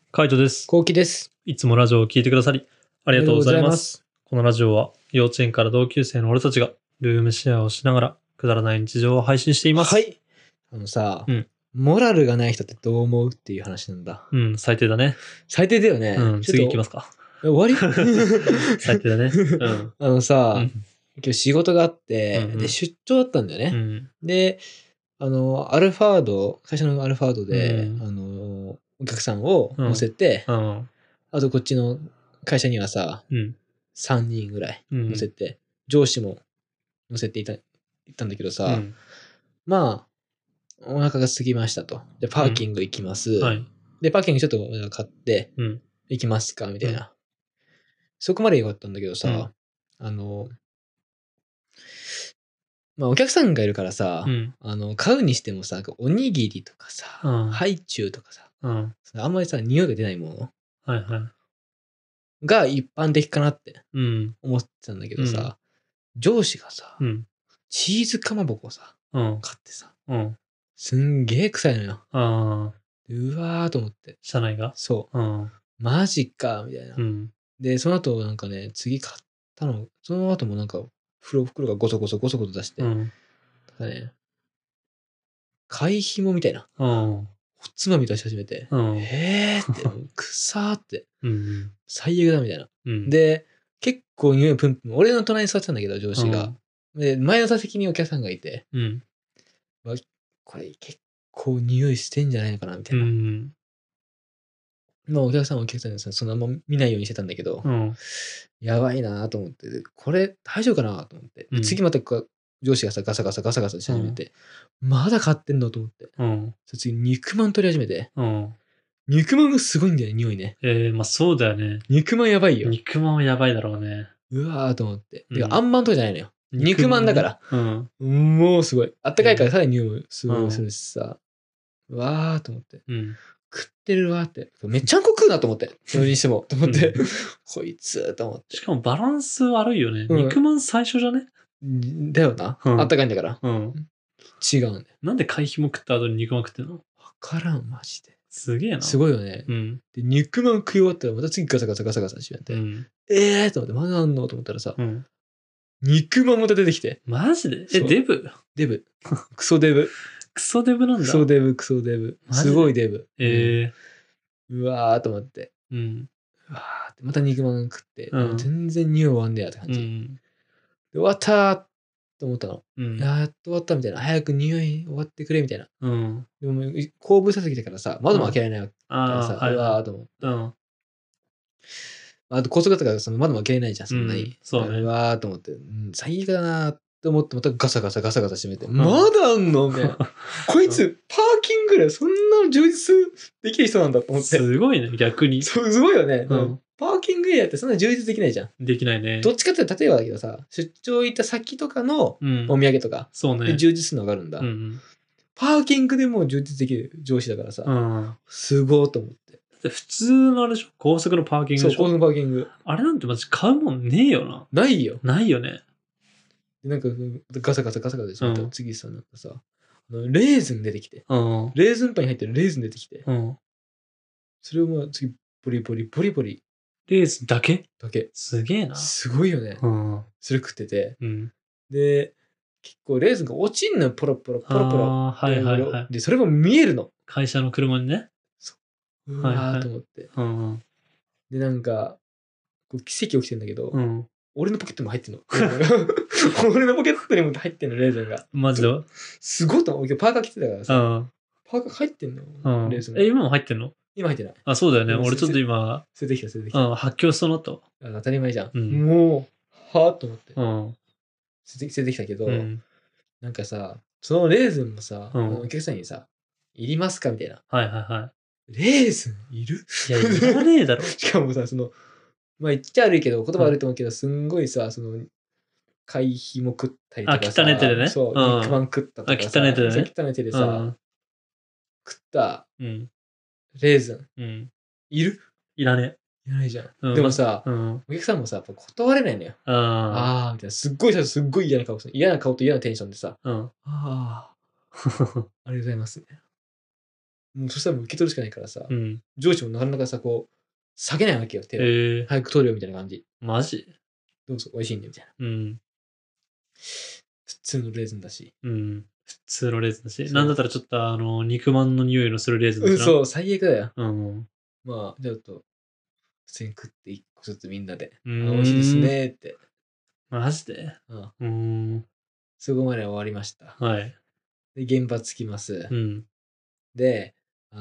カイトです。 こうきです。 いつもラジオを聞いてくださりありがとうございます。このラジオは幼稚園から同級生の俺たちがルームシェアをしながらくだらない日常を配信しています。 はい。さ、 うんモラルがない人ってどう思うっていう話なんだ。 最低だね。 最低だよね。 次行きますか。 終わり最低だね。 今日仕事があって、で、出張だったんだよね。で、アルファード、会社のアルファードで、お客さんを乗せて、あとこっちの会社にはさ、3人ぐらい乗せて、上司も乗せて行ったんだけどさ、まあ、お腹が空きましたと。で、パーキング行きます。で、パーキングちょっと買って、行きますかみたいな。そこまでよかったんだけどさ、まあ、お客さんがいるからさ、買うにしてもさ、おにぎりとかさ、ハイチュウとかさ、あんまりさ、匂いが出ないものが一般的かなって思ってたんだけどさ、上司がさ、チーズかまぼこをさ、買ってさ、すんげえ臭いのよ。うわーと思って。 社内がそう。マジか、みたいな。で、その後なんかね、次買ったの、その後もなんか、袋がゴソゴソ出して、なんかね、貝紐みたいな。おつまみ出し始めて、へーって、くさーって、最悪だみたいな。で、結構匂いプンプン、俺の隣に座ってたんだけど、上司が。で、前の座席にお客さんがいて、これ結構匂いしてんじゃないのかなみたいな。まあお客さんでさ、そのまま見ないようにしてたんだけど、やばいなと思って、これ大丈夫かなと思って。で次また上司がさ、ガサガサし始めて、まだ買ってんのと思って。次肉まん取り始めて。肉まんがすごいんだよね、匂いね。 まあそうだよね。 肉まんやばいよ。 肉まんはやばいだろうね。 うわーと思って。てか、あんまんとかじゃないのよ。肉まんだから。もうすごい。あったかいからさらに匂いすごいするしさ。うわーと思って。食ってるわって。めっちゃんこ食うなと思って。それにしても。と思って。こいつと思って。 しかもバランス悪いよね。肉まん最初じゃねだよな。あったかいんだから。違うんだよ。 なんで貝ひも食った後に肉まん食ってんの？ わからん、マジで。 すげえな。 すごいよね。で、肉まん食い終わったらまた次ガサガサしまって。と思って、まだあんのと思ったらさ、肉まんまた出てきて。 マジで？デブ？ デブ。クソデブ。 クソデブなんだ。 クソデブ。すごいデブ。うわーと思って。うわーって、また肉まん食って、全然匂い終わんねやって感じ。で、終わったーと思ったの。やっと終わったみたいな。早く匂い終わってくれみたいな。でも、後部座席だからさ、窓も開けられないからさ、うわーと思って。あと高速だったからその窓も開けれないじゃん、そんなに。 そうね。 うわーと思って、最悪だなーって思って、またガサガサ閉めて、まだあんのみたいな。こいつ、パーキングでそんな充実できる人なんだと思って。 すごいね、逆に。 すごいよね。パーキングエリアってそんな充実できないじゃん。 できないね。 どっちかっていうと、例えばだけどさ、出張行った先とかのお土産とか、で充実するのがあるんだ。パーキングでもう充実できる上司だからさ、すごーと思って。 普通のあれでしょ、高速のパーキングでしょ。 そう、高速のパーキング。 あれなんてマジ買うもんねえよな。 ないよ。 ないよね。 なんか、ガサガサしまった次さ、なんかさ、レーズン出てきて。レーズンパンに入ってるレーズン出てきて。それをまあ次、ポリポリ。 レーズンだけすげえな。 すごいよね。それ食ってて。で、結構レーズンが落ちんのよ、ポロポロ。で、それも見えるの。 会社の車にね。 うわーと思って。で、なんか、奇跡起きてんだけど、俺のポケットにも入ってんの。俺のポケットにも入ってんの、レーズンが。 マジで？ すごいと思う。今日パーカー着てたからさ。パーカー入ってんの、レーズンが。 今も入ってんの？ 今入ってない。 あ、そうだよね。俺ちょっと今。 捨ててきた。 発狂しそうになったわ。 当たり前じゃん。もう、はぁと思って。捨ててきたけど、なんかさ、そのレーズンもさ、お客さんにさ、いりますかみたいな。レーズンいる？ いや、いらねえだろ。 しかもさ、まあ言っちゃ悪いけど、言葉悪いと思うけど、すんごいさ、貝ひも食ったりとかさ。 汚ねてでね。 そう、肉まん食ったとかさ。 汚ねてでね。 汚ねてでさ、食ったレーズン。いる？ いらねえ。いらないじゃん。でもさ、お客さんもさ、やっぱ断れないのよ。あー、みたいな。すっごい嫌な顔して、嫌な顔と嫌なテンションでさ、ありがとうございます。 もうそしたらもう受け取るしかないからさ、 うん。 上司もなかなかさ、こう、下げないわけよ、手を。早く取るよみたいな感じ。 マジ？ どうぞ、美味しいんで、みたいな。 うん。 普通のレーズンだし。 うん。普通のレーズンだし。 そうなんだったらちょっと肉まんの匂いのするレーズンだしな。 そう、最悪だよ。 うん。 まあ、ちょっと、普通に食って一個ずつみんなで、 美美味しいですねって。 マジで？ そこまで終わりました。 はい。 で、現場着きます。 うん。 で、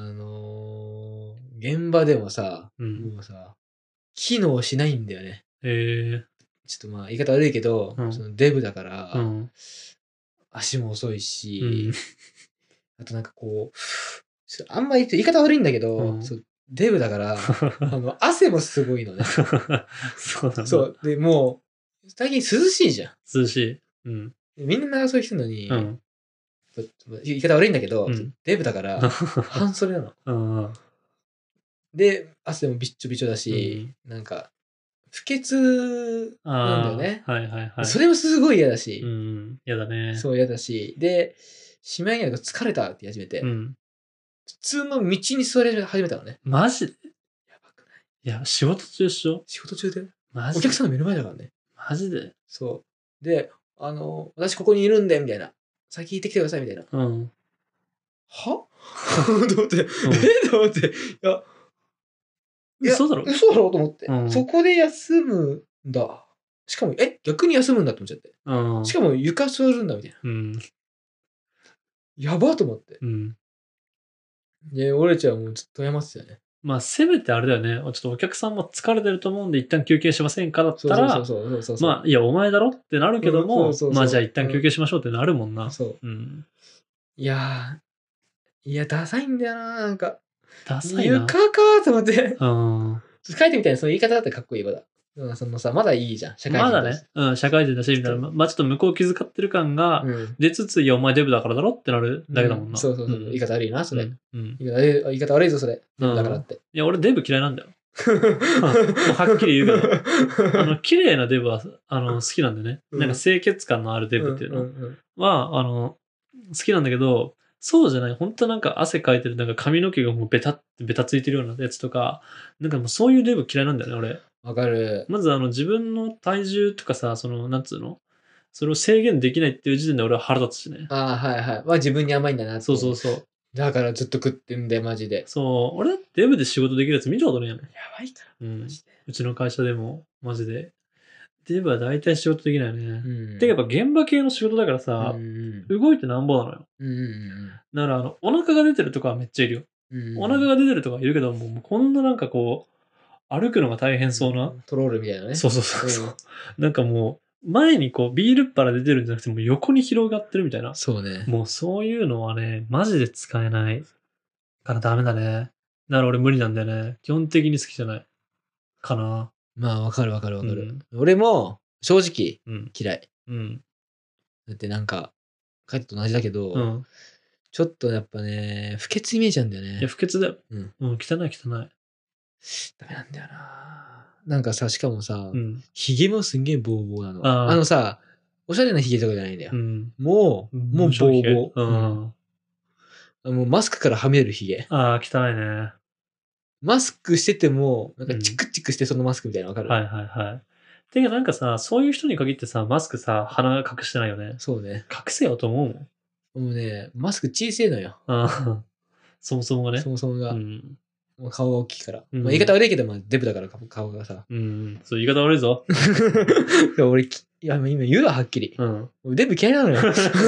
現場でもさ、もうさ、機能しないんだよね。ちょっとまあ言い方悪いけど、そのデブだから、足も遅いし、あとなんかこう、あんま言って言い方悪いんだけど、デブだから、汗もすごいのね。 そうなんだ。 そう。で、もう、最近涼しいじゃん。 涼しい。 みんな長袖着てるのに、言い方悪いんだけど、デブだから、半袖なの。で、汗もびっちょびちょだし、なんか、不潔なんだよね。それもすごい嫌だし。 嫌だね。 そう嫌だし。で、しまいには疲れたって言い始めて、普通の道に座り始めたのね。 マジで？ やばくない？ いや、仕事中でしょ？ 仕事中で？ マジお客さんの目の前だからね。 マジで？ そう。で、私ここにいるんで、みたいな。先行ってきてください、みたいな。はと思って、と思って、 嘘だろ？ 嘘だろと思って。そこで休むんだ。しかも、逆に休むんだって思っちゃって。しかも床座るんだみたいな。やばと思って。で、俺ちゃんはもうずっと謝ってたよね。 まあ、せめてあれだよね。ちょっとお客さんも疲れてると思うんで一旦休憩しませんかだったら、まあ、いや、お前だろってなるけども、まあ、じゃあ一旦休憩しましょうってなるもんな。 そう。いや、ダサいんだよな、なんか。 ダサいな。 床かと思って。書いてみたいな、その言い方だってかっこいいわだ。そのさ、まだいいじゃん。社会人だし。 まだね。社会人だし、みたいな。まあちょっと向こう気遣ってる感が出つつ、いや、お前デブだからだろってなるだけだもんな。 そう。言い方悪いな、それ。言い方悪いぞ、それ。デブだからって。 いや、俺デブ嫌いなんだよ。はっきり言うけど。綺麗なデブは、好きなんでね。なんか清潔感のあるデブっていうのは、好きなんだけど、そうじゃない。本当なんか汗かいてる、なんか髪の毛がもうベタついてるようなやつとか、なんかもうそういうデブ嫌いなんだよね、俺。 わかる。 まず自分の体重とかさ、なんつうの？それを制限できないっていう時点で俺は腹立つしね。 はい。まあ自分に甘いんだなって。そう。だからずっと食ってんだよ、マジで。 そう。俺だってデブで仕事できるやつ見たことないやん。やばいから。マジで。 うちの会社でも、マジで。デブは大体仕事できないよね。てかやっぱ現場系の仕事だからさ、動いてなんぼなのよ。だからお腹が出てるとかはめっちゃいるよ。お腹が出てるとかいるけど、もうこんななんかこう、歩くのが大変そうな。 トロールみたいなね。 そう。なんかもう、前にこうビールっ腹出てるんじゃなくて、もう横に広がってるみたいな。 そうね。 もうそういうのはね、マジで使えないからダメだね。だから俺無理なんだよね。基本的に好きじゃない。かな。 まあわかる。俺も正直嫌い。だってなんか、帰ってと同じだけど、ちょっとやっぱね、不潔イメージなんだよね。 いや、不潔だよ。汚い。 ダメなんだよな。なんかさ、しかもさ、髭もすんげえボーボーなの。さ、おしゃれな髭とかじゃないんだよ。もうボーボー。もうマスクからはみ出る髭。汚いね。 マスクしてても、なんかチクチクしてそのマスクみたいなのわかる？ はい。てかなんかさ、そういう人に限ってさ、マスクさ、鼻隠してないよね。 そうね。 隠せよと思うもん。 もうね、マスク小せえのよ。 そもそもがね。 そもそもが。もう顔が大きいから。まあ、言い方悪いけど、まあ、デブだから顔がさ。 そう、言い方悪いぞ。 俺、今言うわ、はっきり。デブ嫌いなのよ。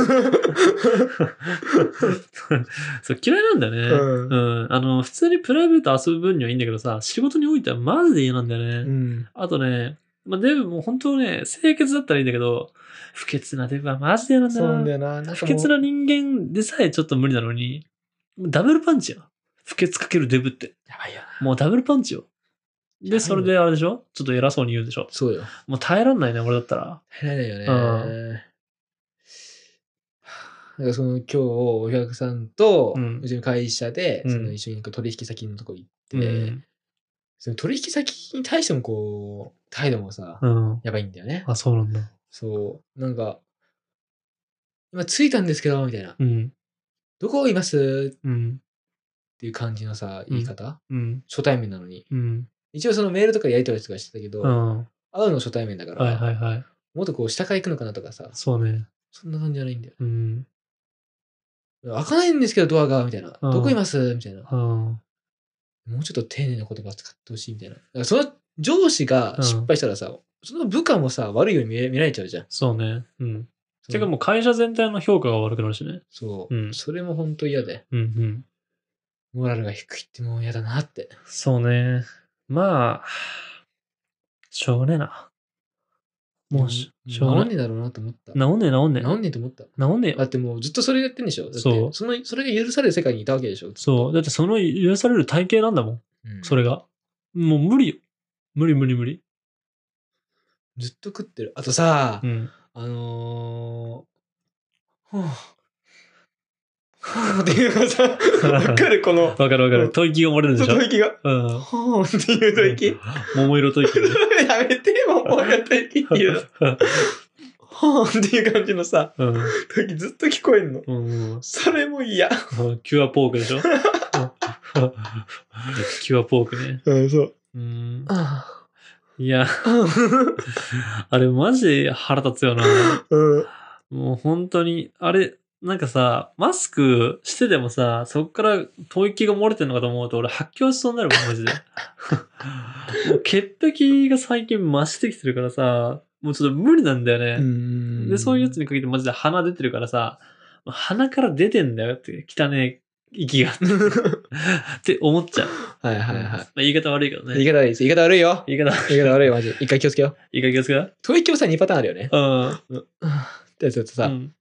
そう、嫌いなんだよね。普通にプライベート遊ぶ分にはいいんだけどさ、仕事においてはマジで嫌なんだよね。あとね、まあ、デブも本当ね、清潔だったらいいんだけど、不潔なデブはマジで嫌なんだな。 そうなんだよな。 不潔な人間でさえちょっと無理なのに、ダブルパンチや。不潔かけるデブって。 やばいよな。 もうダブルパンチよ。で、それであれでしょ？ちょっと偉そうに言うんでしょ？ そうよ。 もう耐えらんないね、俺だったら。 耐えられないよね。なんか今日お客さんと、うちの会社で、一緒に取引先のとこ行って、その取引先に対してもこう、態度もさ、やばいんだよね。 あ、そうなんだ。 そう。なんか、今着いたんですけど、みたいな。どこいますってっていう感じのさ、言い方、 うん。 初対面なのに。 うん。 一応そのメールとかやり取りとかしてたけど、 うん。 会うの初対面だから、 はいはいはい。 もっとこう下から行くのかなとかさ、 そうね。 そんな感じじゃないんだよ。 うん。 開かないんですけど、ドアが、みたいな。 うんどこいますみたいな。 うん。 もうちょっと丁寧な言葉使ってほしいみたいな。だからその上司が失敗したらさ、その部下もさ、悪いように見られちゃうじゃん。 そうね。うん。 そうてかもう会社全体の評価が悪くなるしね。 そう。 うんそれも本当嫌で。 うんうん。 モラルが低いってもう嫌だなって。 そうね。まあ、しょうがねえな。もうしょうがない。 治んねえだろうなと思った。 治んねえ治んねえ。 治んねえと思った。 治んねえよ。 だってもうずっとそれやってんでしょ。だってそうそれが許される世界にいたわけでしょ。 そう。だってその許される体型なんだもん。 うんそれが。もう無理よ。無理無理無理。 ずっと食ってる。あとさ、 うん。 はぁ、はぁっていうのさ、わかるこの、 わかるわかる。吐息が漏れるんでしょ。 吐息が、 うん。 はぁっていう吐息。 桃色吐息ね。 やめてよ、もうや吐息っていうの。はぁっていう感じのさ、 うん。 吐息ずっと聞こえんの。 うん。 それも嫌。 キュアポークでしょ。キュアポークね。 うん、そう。 いや、あれマジで腹立つよな。もう本当に、あれ、なんかさ、マスクしててもさ、そっから吐息が漏れてんのかと思うと、俺発狂しそうになるもん、マジで。もう潔癖が最近増してきてるからさ、もうちょっと無理なんだよね。で、そういうやつに限ってマジで鼻出てるからさ、鼻から出てんだよって、汚ね息が。って思っちゃう。 はいはいはい。 まあ、言い方悪いけどね。 言い方悪いです。言い方悪いよ。 言い方言い方悪いよ、マジ。一回気をつけよう。 いいか気をつけな。 吐息もさ、2パターンあるよね。 うん。 ってやつだとさ、 うん。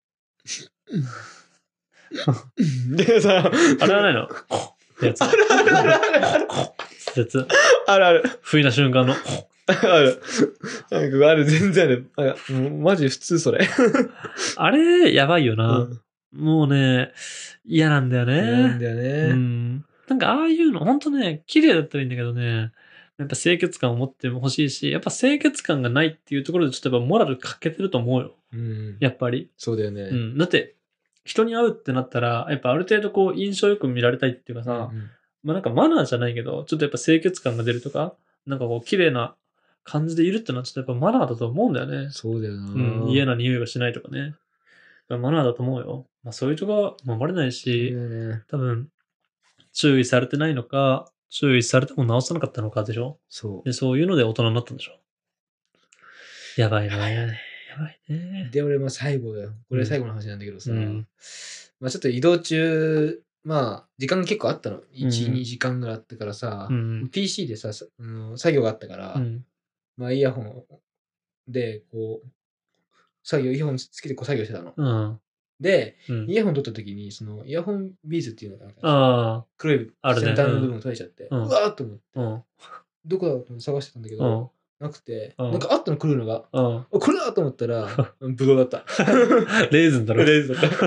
でさ、 あれはないのってやつ。 あるあるあるあるやつ。 あるある。 不意な瞬間の。 ある。なんかある、全然ある。もうマジ普通それ。 あれ、やばいよな。 うんもうね、嫌なんだよね。 なんだようね。 ん。なんかああいうの、ほんとね、綺麗だったらいいんだけどね、やっぱ清潔感を持ってほしいし、やっぱ清潔感がないっていうところでちょっとやっぱモラル欠けてると思うよ。 うん。 やっぱり。 そうだよね。 うん。だって、人に会うってなったら、やっぱある程度こう印象よく見られたいっていうかさ、まあなんかマナーじゃないけど、ちょっとやっぱ清潔感が出るとか、なんかこう綺麗な感じでいるってのはちょっとやっぱマナーだと思うんだよね。 そうだよな。 うん。嫌な匂いがしないとかね。マナーだと思うよ。まあそういうとこは守れないそうだし、 よね。 多分、注意されてないのか、注意されても直さなかったのかでしょ。 そう。 で、そういうので大人になったんでしょ。やばいね。やばいね。 で、俺も最後だよ。これ最後の話なんだけどさ、 うんまあちょっと移動中、まあ時間が結構あったの。1、 うん 2時間ぐらいあったからさ、 うん PC でさ、作業があったから、 うんまあイヤホンで、こう、イヤホンつけてこう作業してたの。 うんで、 うんイヤホン取った時に、そのイヤホンビーズっていうのがなんかあ黒いあるね先端の部分取れちゃって、 うんうわーっと思って、 うんどこだろうと思って探してたんだけうど、 んなくて、 うんなんかあったの来るのが、 うんこれだと思ったら、ブドウだった。 レーズンだろ。 レーズンだった。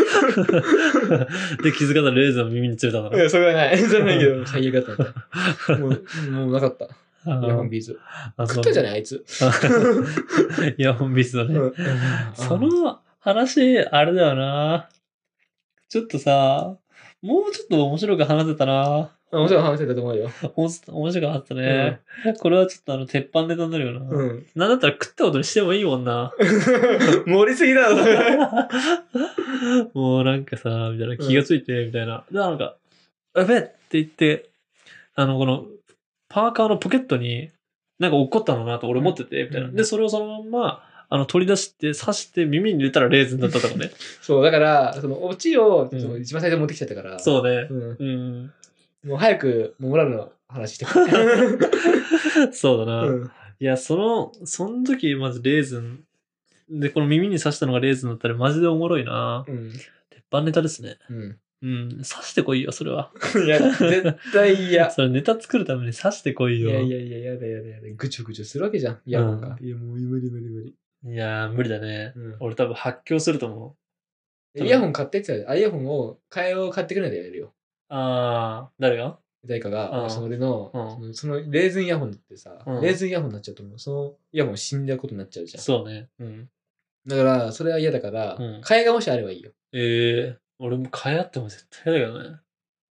で、気づかたらレーズンを耳につれたんだろ。 いや、それはない。それはないけど、最悪だった。もうなかった。イヤホンビーズ。食ったじゃない、あいつ。 イヤホンビーズだね。 うんその話、あれだよな。ちょっとさ、もうちょっと面白く話せたな。 もちろん話せたと思うよ。 面白く話せたね。これはちょっと鉄板ネタになるよな。 うん。 なんだったら食ったことにしてもいいもんな。 盛りすぎだろ、それ。 もうなんかさ、みたいな気がついて、みたいな。で、なんか、やべえって言って、この、パーカーのポケットに、なんか落っこったのなと俺思ってて、みたいな。で、それをそのまま、取り出して、刺して耳に入れたらレーズンだったとかね。 そう、だから、そのオチを一番最初に持ってきちゃったから。 そうね。 うん。もう早く、モラルの話してくれ。 そうだな。いや、その時、まずレーズン。で、この耳に刺したのがレーズンだったらマジでおもろいな。鉄板ネタですね。刺してこいよ、それは。 いや、絶対嫌。 それネタ作るために刺してこいよ。 いや、やだ。ぐちょぐちょするわけじゃん。いや、なんか。いや、もう無理。 いやー、無理だね。俺多分発狂すると思う。イヤホン買ってって言ったら、イヤホンを買ってくれないでやるよ。 誰が誰かが、そのレーズンイヤホンってさ、レーズンイヤホンになっちゃうと思う。そのイヤホン死んだことになっちゃうじゃん。 そうね。 だから、それは嫌だから、替えがもしあればいいよ。 俺も替えあっても絶対嫌だけどね。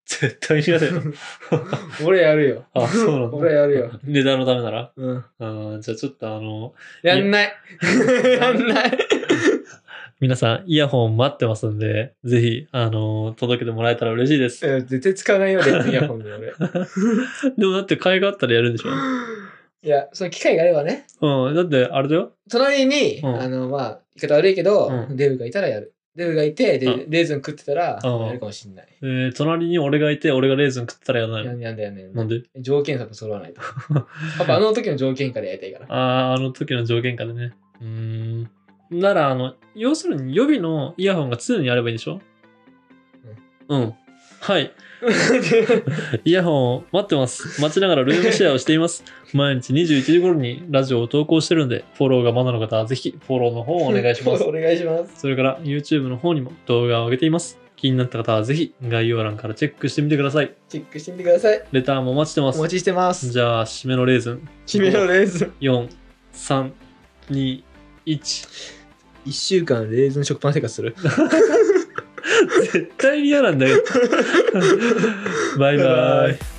絶対にやだよ。 俺やるよ。 あ、そうなんだ。 俺やるよ。 値段のためなら。 うん。 じゃあちょっとやんない。やんない。 皆さん、イヤホン待ってますんで、ぜひ、届けてもらえたら嬉しいです。 絶対使わないよ、レッドイヤホンで俺。 でもだって買いがあったらやるんでしょ？ いや、その機会があればね。 うん、だってあれだよ。 隣に、まあ、言い方悪いけど、デブがいたらやる。デブがいて、 うんレーズン食ってたら、やるかもしんない。 隣に俺がいて、俺がレーズン食ってたらやらないの？ やんだよね。 なんで？ 条件差と揃わないと。パパ、あの時の条件下でやりたいから。 あの時の条件下でね。なら、要するに予備のイヤホンが常にあればいいんでしょ？うん。はい。イヤホン待ってます。待ちながらルームシェアをしています。毎日21時頃にラジオを投稿してるんで、フォローがまだの方はぜひフォローの方をお願いします。 お願いします。 それから YouTube の方にも動画を上げています。気になった方はぜひ概要欄からチェックしてみてください。 チェックしてみてください。 レターもお待ちしてます。 お待ちしてます。 じゃあ、締めのレーズン。 締めのレーズン。 4、3、2、1。 1週間レーズン食パン生活する。 絶対に嫌なんだよ。バイバイ。